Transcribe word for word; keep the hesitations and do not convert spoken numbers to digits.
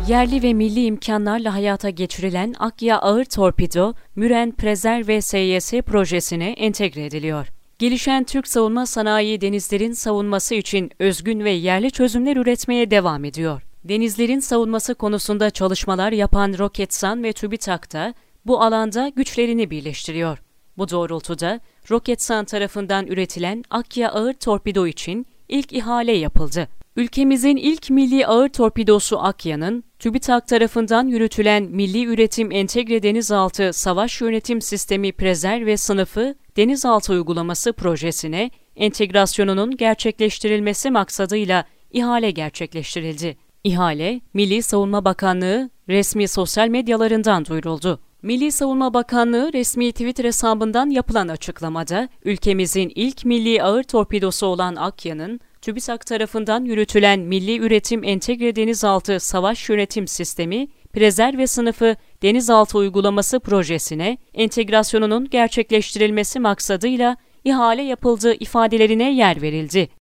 Yerli ve milli imkanlarla hayata geçirilen Akya Ağır Torpido, Müren Prezerve S Y S projesine entegre ediliyor. Gelişen Türk savunma sanayi denizlerin savunması için özgün ve yerli çözümler üretmeye devam ediyor. Denizlerin savunması konusunda çalışmalar yapan Roketsan ve TÜBİTAK da bu alanda güçlerini birleştiriyor. Bu doğrultuda Roketsan tarafından üretilen Akya Ağır Torpido için ilk ihale yapıldı. Ülkemizin ilk milli ağır torpidosu Akya'nın, TÜBİTAK tarafından yürütülen Milli Üretim Entegre Denizaltı Savaş Yönetim Sistemi Prezerve Sınıfı Denizaltı Uygulaması projesine entegrasyonunun gerçekleştirilmesi maksadıyla ihale gerçekleştirildi. İhale, Milli Savunma Bakanlığı resmi sosyal medyalarından duyuruldu. Milli Savunma Bakanlığı resmi Twitter hesabından yapılan açıklamada, ülkemizin ilk milli ağır torpidosu olan Akya'nın, TÜBİTAK tarafından yürütülen Milli Üretim Entegre Denizaltı Savaş Yönetim Sistemi Prezerve Sınıfı Denizaltı Uygulaması projesine entegrasyonunun gerçekleştirilmesi maksadıyla ihale yapıldığı ifadelerine yer verildi.